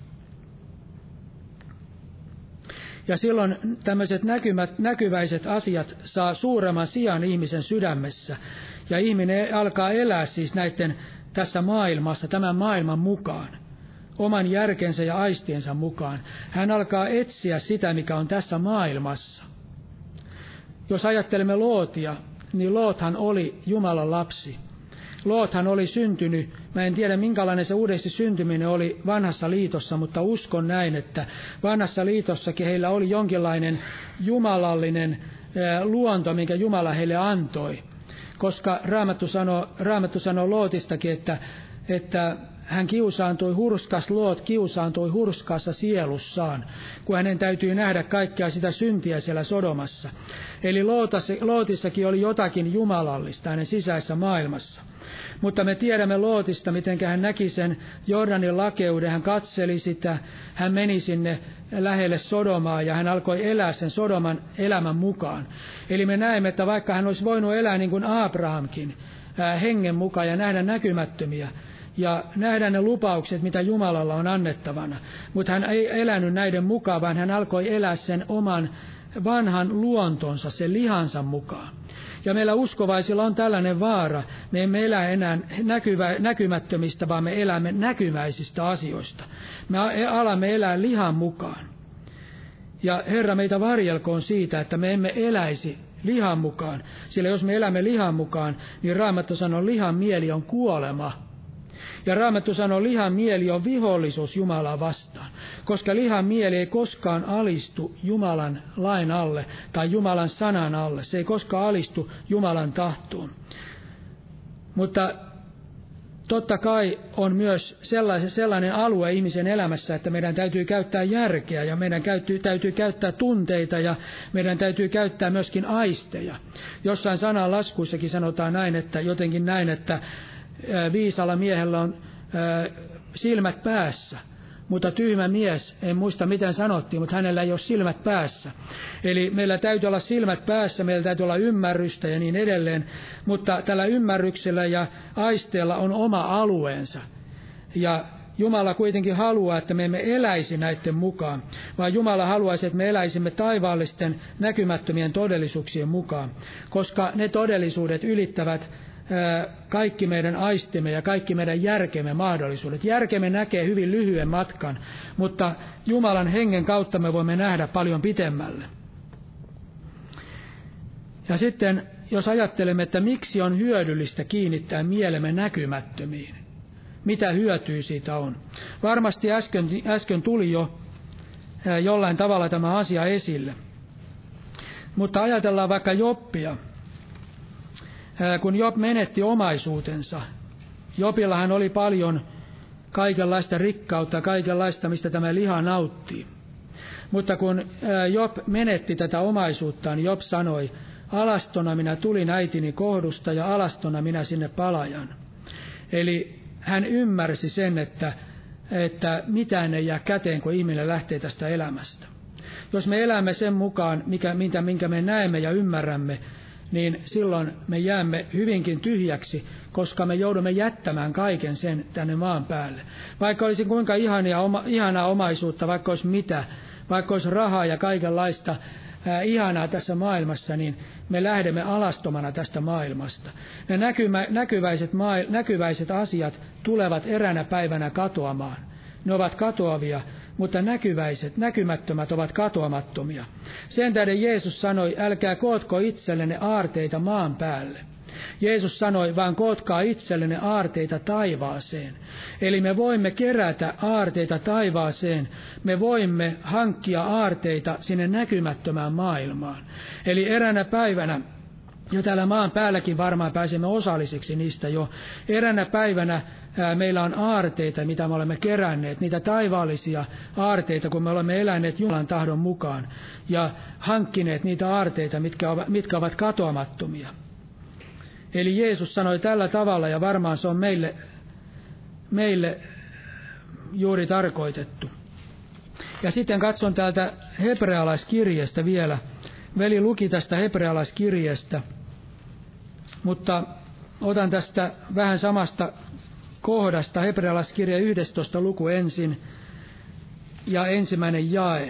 Ja silloin tämmöiset näkymät, näkyväiset asiat saa suuremman sijan ihmisen sydämessä. Ja ihminen alkaa elää siis näiden tässä maailmassa, tämän maailman mukaan. Oman järkensä ja aistiensa mukaan. Hän alkaa etsiä sitä, mikä on tässä maailmassa. Jos ajattelemme Lootia, niin Loothan oli Jumalan lapsi. Loothan oli syntynyt, mä en tiedä minkälainen se uudesti syntyminen oli vanhassa liitossa, mutta uskon näin, että vanhassa liitossakin heillä oli jonkinlainen jumalallinen luonto, minkä Jumala heille antoi. koska Raamattu sanoo, Raamattu sanoo Lootistakin, että, että hän kiusaantui, hurskas Loot kiusaantui hurskaassa sielussaan, kun hänen täytyy nähdä kaikkea sitä syntiä siellä Sodomassa. Eli Lootissakin oli jotakin jumalallista hänen sisäisessä maailmassa. Mutta me tiedämme Lootista, miten hän näki sen Jordanin lakeuden, hän katseli sitä, hän meni sinne lähelle Sodomaa ja hän alkoi elää sen Sodoman elämän mukaan. Eli me näemme, että vaikka hän olisi voinut elää niin kuin Abrahamkin hengen mukaan ja nähdä näkymättömiä, ja nähdään ne lupaukset, mitä Jumalalla on annettavana. Mutta hän ei elänyt näiden mukaan, vaan hän alkoi elää sen oman vanhan luontonsa, sen lihansa mukaan. Ja meillä uskovaisilla on tällainen vaara. Me emme elä enää näkyvä, näkymättömistä, vaan me elämme näkyväisistä asioista. Me alamme elää lihan mukaan. Ja Herra meitä varjelkoon siitä, että me emme eläisi lihan mukaan. Sillä jos me elämme lihan mukaan, niin Raamattu sanoo, lihan mieli on kuolema. Ja Raamattu sanoo, lihan mieli on vihollisuus Jumalaa vastaan, koska lihan mieli ei koskaan alistu Jumalan lain alle tai Jumalan sanan alle. Se ei koskaan alistu Jumalan tahtoon. Mutta totta kai on myös sellainen, sellainen alue ihmisen elämässä, että meidän täytyy käyttää järkeä ja meidän täytyy, täytyy käyttää tunteita ja meidän täytyy käyttää myöskin aisteja. Jossain sananlaskuissakin sanotaan näin, että jotenkin näin, että viisalla miehellä on silmät päässä, mutta tyhmä mies, en muista miten sanottiin, mutta hänellä ei ole silmät päässä. Eli meillä täytyy olla silmät päässä, meillä täytyy olla ymmärrystä ja niin edelleen, mutta tällä ymmärryksellä ja aisteella on oma alueensa. Ja Jumala kuitenkin haluaa, että me emme eläisi näiden mukaan, vaan Jumala haluaisi, että me eläisimme taivaallisten näkymättömien todellisuuksien mukaan, koska ne todellisuudet ylittävät kaikki meidän aistimme ja kaikki meidän järkemme mahdollisuudet. Järkemme näkee hyvin lyhyen matkan, mutta Jumalan hengen kautta me voimme nähdä paljon pitemmälle. Ja sitten, jos ajattelemme, että miksi on hyödyllistä kiinnittää mielemme näkymättömiin, mitä hyötyä siitä on? Varmasti äsken, äsken tuli jo jollain tavalla tämä asia esille. Mutta ajatellaan vaikka Jobbia. Kun Job menetti omaisuutensa, Jobillahan oli paljon kaikenlaista rikkautta, kaikenlaista, mistä tämä liha nauttii. Mutta kun Job menetti tätä omaisuuttaan, niin Job sanoi, alastona minä tulin äitini kohdusta ja alastona minä sinne palajan. Eli hän ymmärsi sen, että, että mitään ei jää käteen, kun ihminen lähtee tästä elämästä. Jos me elämme sen mukaan, mikä, minkä, minkä me näemme ja ymmärrämme, niin silloin me jäämme hyvinkin tyhjäksi, koska me joudumme jättämään kaiken sen tänne maan päälle. Vaikka olisi kuinka ihania, oma, ihanaa omaisuutta, vaikka olisi mitä, vaikka olisi rahaa ja kaikenlaista ää, ihanaa tässä maailmassa, niin me lähdemme alastomana tästä maailmasta. Ne näkymä, näkyväiset, maa, näkyväiset asiat tulevat eräänä päivänä katoamaan. Ne ovat katoavia, mutta näkyväiset, näkymättömät ovat katoamattomia. Sen tähden Jeesus sanoi, älkää kootko itsellenne aarteita maan päälle. Jeesus sanoi, vaan kootkaa itsellenne aarteita taivaaseen. Eli me voimme kerätä aarteita taivaaseen, me voimme hankkia aarteita sinne näkymättömään maailmaan. Eli eräänä päivänä, ja täällä maan päälläkin varmaan pääsemme osallisiksi niistä jo, eräänä päivänä meillä on aarteita, mitä me olemme keränneet, niitä taivaallisia aarteita, kun me olemme eläneet Jumalan tahdon mukaan ja hankkineet niitä aarteita, mitkä ovat, mitkä ovat katoamattomia. Eli Jeesus sanoi tällä tavalla, ja varmaan se on meille, meille juuri tarkoitettu. Ja sitten katson täältä hebrealaiskirjeestä vielä. Veli luki tästä hebrealaiskirjeestä, mutta otan tästä vähän samasta kohdasta, hebrealaiskirja yhdestoista luku ensin ja ensimmäinen jae.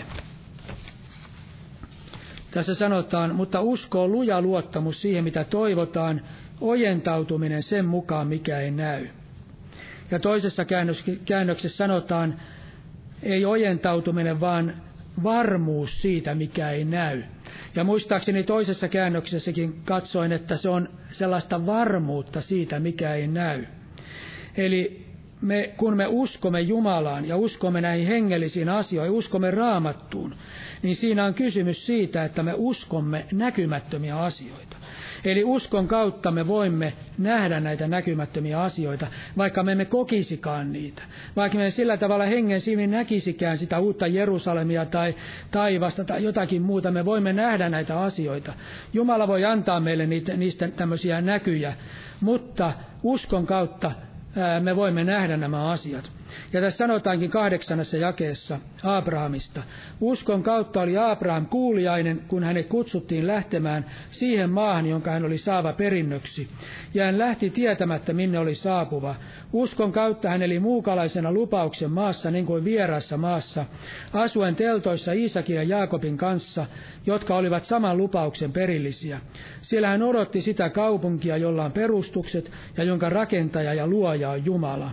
Tässä sanotaan, mutta usko on luja luottamus siihen, mitä toivotaan, ojentautuminen sen mukaan, mikä ei näy. Ja toisessa käännöksessä sanotaan, ei ojentautuminen, vaan varmuus siitä, mikä ei näy. Ja muistaakseni toisessa käännöksessäkin katsoin, että se on sellaista varmuutta siitä, mikä ei näy. Eli me, kun me uskomme Jumalaan ja uskomme näihin hengellisiin asioihin, uskomme Raamattuun, niin siinä on kysymys siitä, että me uskomme näkymättömiä asioita. Eli uskon kautta me voimme nähdä näitä näkymättömiä asioita, vaikka me emme kokisikaan niitä. Vaikka me sillä tavalla hengen silmin näkisikään sitä uutta Jerusalemia tai taivasta tai jotakin muuta, me voimme nähdä näitä asioita. Jumala voi antaa meille niitä, niistä tämmöisiä näkyjä, mutta uskon kautta me voimme nähdä nämä asiat. Ja tässä sanotaankin kahdeksannessa jakeessa Abrahamista. Uskon kautta oli Abraham kuuliainen, kun hänet kutsuttiin lähtemään siihen maahan, jonka hän oli saava perinnöksi. Ja hän lähti tietämättä, minne oli saapuva. Uskon kautta hän eli muukalaisena lupauksen maassa, niin kuin vieraassa maassa, asuen teltoissa Iisakin ja Jaakobin kanssa, jotka olivat saman lupauksen perillisiä. Siellä hän odotti sitä kaupunkia, jolla on perustukset ja jonka rakentaja ja luoja on Jumala.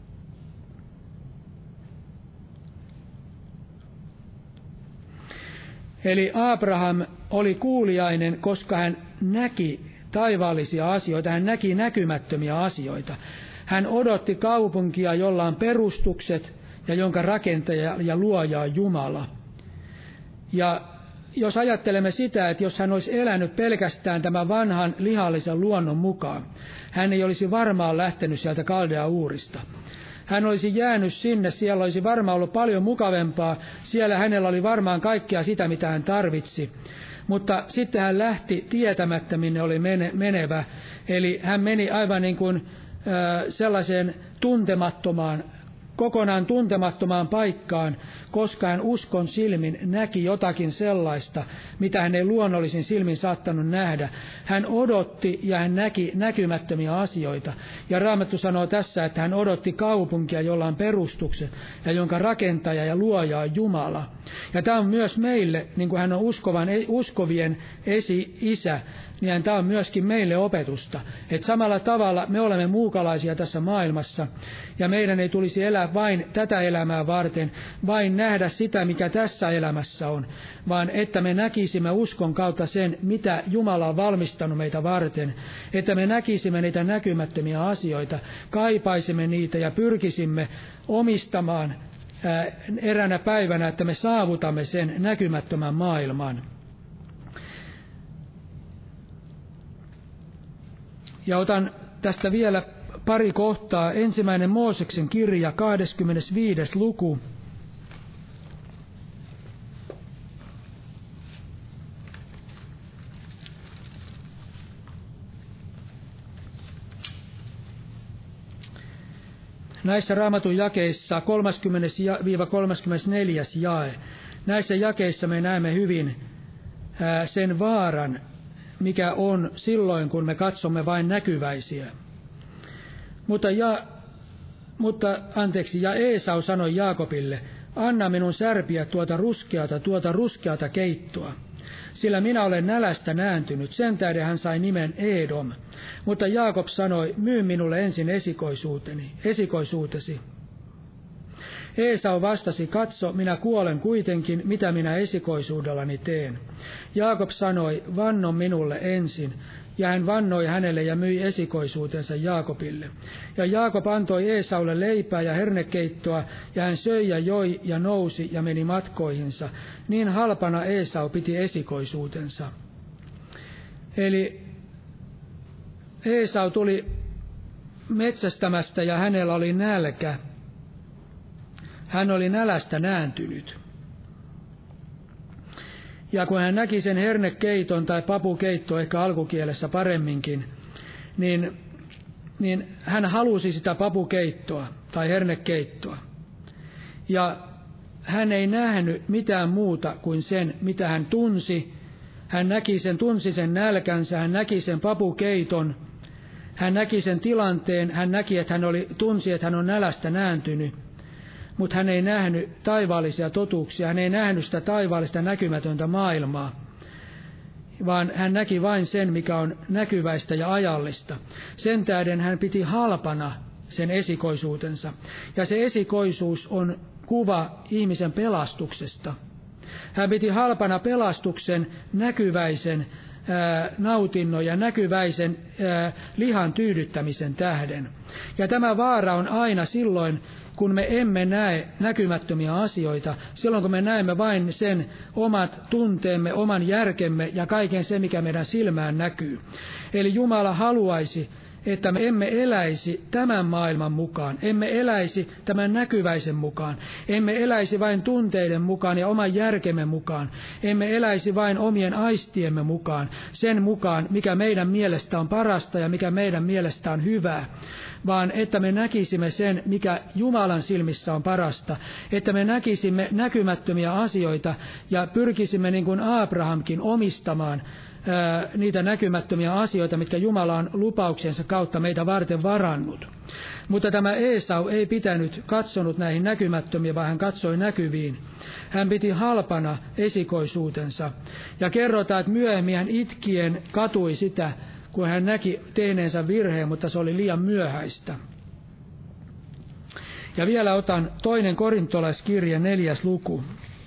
Eli Abraham oli kuuliainen, koska hän näki taivaallisia asioita, hän näki näkymättömiä asioita. Hän odotti kaupunkia, jolla on perustukset ja jonka rakentaja ja luoja on Jumala. Ja jos ajattelemme sitä, että jos hän olisi elänyt pelkästään tämän vanhan lihallisen luonnon mukaan, hän ei olisi varmaan lähtenyt sieltä Kaldea-Uurista. Hän olisi jäänyt sinne, siellä olisi varmaan ollut paljon mukavempaa, siellä hänellä oli varmaan kaikkea sitä, mitä hän tarvitsi. Mutta sitten hän lähti tietämättä, minne oli menevä, eli hän meni aivan niin kuin äh, sellaiseen tuntemattomaan, kokonaan tuntemattomaan paikkaan, koska hän uskon silmin näki jotakin sellaista, mitä hän ei luonnollisin silmin saattanut nähdä. Hän odotti ja hän näki näkymättömiä asioita. Ja Raamattu sanoo tässä, että hän odotti kaupunkia, jolla on perustukset ja jonka rakentaja ja luoja on Jumala. Ja tämä on myös meille, niin kuin hän on uskovan, uskovien esi-isä, niin tämä on myöskin meille opetusta. Että samalla tavalla me olemme muukalaisia tässä maailmassa, ja meidän ei tulisi elää vain tätä elämää varten, vain nähdä sitä, mikä tässä elämässä on, vaan että me näkisimme uskon kautta sen, mitä Jumala on valmistanut meitä varten, että me näkisimme niitä näkymättömiä asioita, kaipaisimme niitä ja pyrkisimme omistamaan ää, eräänä päivänä, että me saavutamme sen näkymättömän maailman. Ja otan tästä vielä pari kohtaa. Ensimmäinen Mooseksen kirja, kahdeskymmenesviides luku. Näissä Raamatun jakeissa kolmaskymmenes kolmaskymmenesneljäs jae. Näissä jakeissa me näemme hyvin ää, sen vaaran, mikä on silloin, kun me katsomme vain näkyväisiä. Mutta, ja, mutta anteeksi, ja Eesau sanoi Jaakobille, anna minun särpiä tuota ruskeata, tuota ruskeata keittoa, sillä minä olen nälästä nääntynyt, sen tähden hän sai nimen Edom. Mutta Jaakob sanoi, myy minulle ensin esikoisuuteni, esikoisuutesi. Eesau vastasi, katso, minä kuolen kuitenkin, mitä minä esikoisuudellani teen. Jaakob sanoi, vanno minulle ensin, ja hän vannoi hänelle ja myi esikoisuutensa Jaakobille. Ja Jaakob antoi Eesaulle leipää ja hernekeittoa, ja hän söi ja joi ja nousi ja meni matkoihinsa. Niin halpana Eesau piti esikoisuutensa. Eli Eesau tuli metsästämästä ja hänellä oli nälkä. Hän oli nälästä nääntynyt. Ja kun hän näki sen hernekeiton tai papukeitto ehkä alkukielessä paremminkin, niin, niin hän halusi sitä papukeittoa tai hernekeittoa. Ja hän ei nähnyt mitään muuta kuin sen, mitä hän tunsi. Hän näki sen, tunsi sen nälkänsä, hän näki sen papukeiton, hän näki sen tilanteen, hän näki, että hän oli, tunsi, että hän on nälästä nääntynyt. Mutta hän ei nähnyt taivaallisia totuuksia, hän ei nähnyt sitä taivaallista näkymätöntä maailmaa, vaan hän näki vain sen, mikä on näkyväistä ja ajallista. Sen tähden hän piti halpana sen esikoisuutensa. Ja se esikoisuus on kuva ihmisen pelastuksesta. Hän piti halpana pelastuksen näkyväisen nautinnon ja näkyväisen ää, lihan tyydyttämisen tähden. Ja tämä vaara on aina silloin, kun me emme näe näkymättömiä asioita, silloin kun me näemme vain sen omat tunteemme, oman järkemme ja kaiken se, mikä meidän silmään näkyy. Eli Jumala haluaisi, että me emme eläisi tämän maailman mukaan, emme eläisi tämän näkyväisen mukaan, emme eläisi vain tunteiden mukaan ja oman järkemme mukaan, emme eläisi vain omien aistiemme mukaan, sen mukaan, mikä meidän mielestä on parasta ja mikä meidän mielestä on hyvää, vaan että me näkisimme sen, mikä Jumalan silmissä on parasta, että me näkisimme näkymättömiä asioita ja pyrkisimme niin kuin Abrahamkin omistamaan niitä näkymättömiä asioita, mitkä Jumala on lupauksensa kautta meitä varten varannut. Mutta tämä Esau ei pitänyt katsonut näihin näkymättömiin, vaan hän katsoi näkyviin. Hän piti halpana esikoisuutensa. Ja kerrotaan, että myöhemmin hän itkien katui sitä, kun hän näki tehneensä virheen, mutta se oli liian myöhäistä. Ja vielä otan toinen korintolaiskirje, neljäs luku.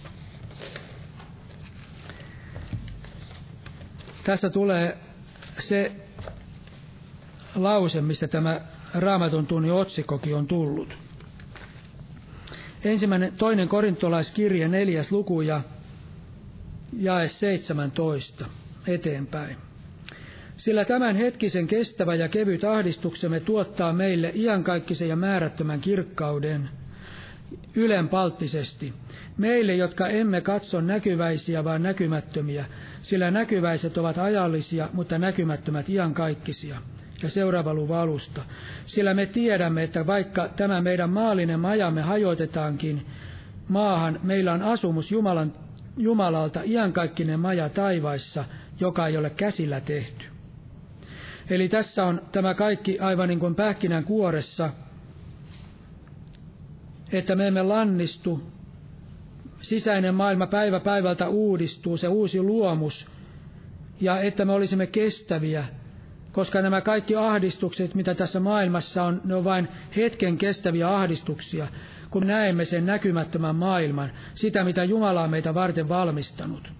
Tässä tulee se lause, mistä tämä Raamatun tunnin otsikkokin on tullut. Ensimmäinen, toinen korintolaiskirje, neljäs luku ja jae seitsemäntoista eteenpäin. Sillä tämän hetkisen kestävä ja kevyt ahdistuksemme tuottaa meille iankaikkisen ja määrättömän kirkkauden ylenpalttisesti. Meille, jotka emme katso näkyväisiä, vaan näkymättömiä, sillä näkyväiset ovat ajallisia, mutta näkymättömät iankaikkisia. Ja seuraava luva alusta. Sillä me tiedämme, että vaikka tämä meidän maallinen majamme hajoitetaankin maahan, meillä on asumus Jumalan, Jumalalta iankaikkinen maja taivaissa, joka ei ole käsillä tehty. Eli tässä on tämä kaikki aivan niin kuin pähkinän kuoressa, että me emme lannistu, sisäinen maailma päivä päivältä uudistuu, se uusi luomus, ja että me olisimme kestäviä, koska nämä kaikki ahdistukset, mitä tässä maailmassa on, ne on vain hetken kestäviä ahdistuksia, kun näemme sen näkymättömän maailman, sitä mitä Jumala on meitä varten valmistanut.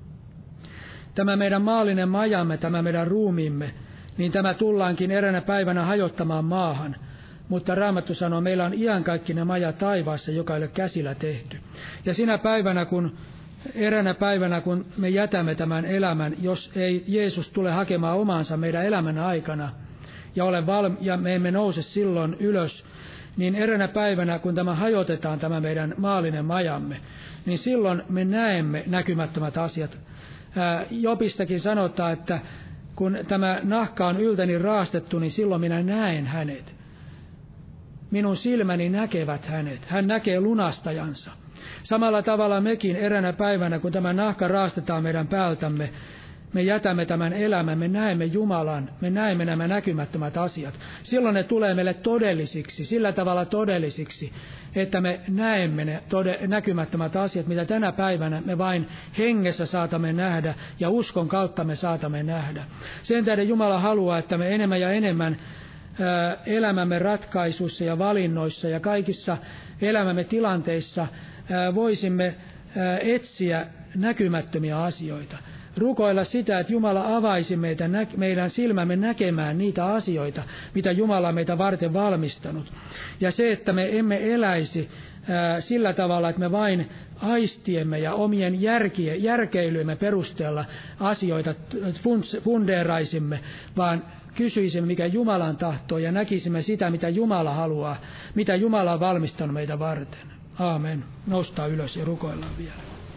Tämä meidän maallinen majamme, tämä meidän ruumiimme, niin tämä tullaankin eräänä päivänä hajottamaan maahan. Mutta Raamattu sanoo, meillä on iankaikkinen maja taivaassa, joka ei ole käsillä tehty. Ja sinä päivänä, kun eräänä päivänä, kun me jätämme tämän elämän, jos ei Jeesus tule hakemaan omaansa meidän elämän aikana, ja, ole valmi- ja me emme nouse silloin ylös, niin eräänä päivänä, kun tämä hajotetaan, tämä meidän maallinen majamme, niin silloin me näemme näkymättömät asiat. Ää, Jobistakin sanotaan, että kun tämä nahka on yltäni raastettu, niin silloin minä näen hänet. Minun silmäni näkevät hänet. Hän näkee lunastajansa. Samalla tavalla mekin eräänä päivänä, kun tämä nahka raastetaan meidän päältämme, me jätämme tämän elämän, me näemme Jumalan, me näemme nämä näkymättömät asiat. Silloin ne tulee meille todellisiksi, sillä tavalla todellisiksi, että me näemme ne tode, näkymättömät asiat, mitä tänä päivänä me vain hengessä saatamme nähdä ja uskon kautta me saatamme nähdä. Sen tähden Jumala haluaa, että me enemmän ja enemmän ää, elämämme ratkaisuissa ja valinnoissa ja kaikissa elämämme tilanteissa ää, voisimme ää, etsiä näkymättömiä asioita. Rukoilla sitä, että Jumala avaisi meitä, meidän silmämme näkemään niitä asioita, mitä Jumala on meitä varten valmistanut. Ja se, että me emme eläisi ää, sillä tavalla, että me vain aistiemme ja omien järkie, järkeilyemme perusteella asioita fundeeraisimme, vaan kysyisimme, mikä Jumalan tahtoo, ja näkisimme sitä, mitä Jumala haluaa, mitä Jumala on valmistanut meitä varten. Aamen. Noustaa ylös ja rukoillaan vielä.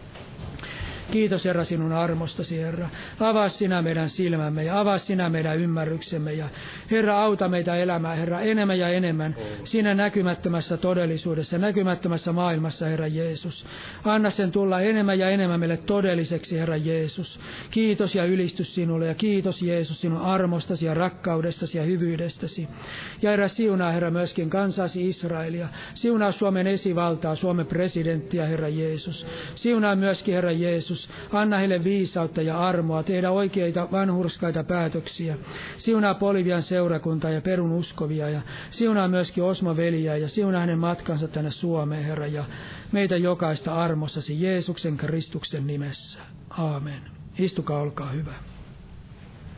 Kiitos, Herra, sinun armostasi, Herra. Avaa sinä meidän silmämme ja avaa sinä meidän ymmärryksemme. Ja Herra, auta meitä elämään, Herra, enemmän ja enemmän siinä näkymättömässä todellisuudessa, näkymättömässä maailmassa, Herra Jeesus. Anna sen tulla enemmän ja enemmän meille todelliseksi, Herra Jeesus. Kiitos ja ylistys sinulle ja kiitos, Jeesus, sinun armostasi ja rakkaudestasi ja hyvyydestäsi. Ja Herra, siunaa, Herra, myöskin kansasi Israelia. Siunaa Suomen esivaltaa, Suomen presidenttiä, Herra Jeesus. Siunaa myöskin, Herra Jeesus. Anna heille viisautta ja armoa, tehdä oikeita vanhurskaita päätöksiä. Siunaa Bolivian seurakuntaa ja perun uskovia ja siunaa myöskin Osmo-veliä ja siunaa hänen matkansa tänne Suomeen, Herra, ja meitä jokaista armossasi Jeesuksen Kristuksen nimessä. Aamen. Istukaa, olkaa hyvä.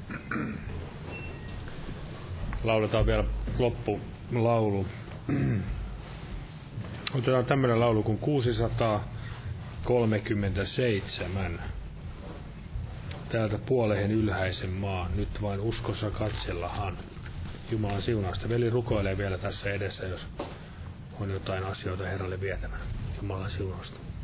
Lauletaan vielä loppulaulu. Otetaan tämmöinen laulu kuin kuusisataakolmekymmentäseitsemän. Täältä puoleen ylhäisen maan, nyt vain uskossa katsellahan. Jumalan siunausta. Veli rukoilee vielä tässä edessä, jos on jotain asioita Herralle vietävänä. Jumalan siunausta.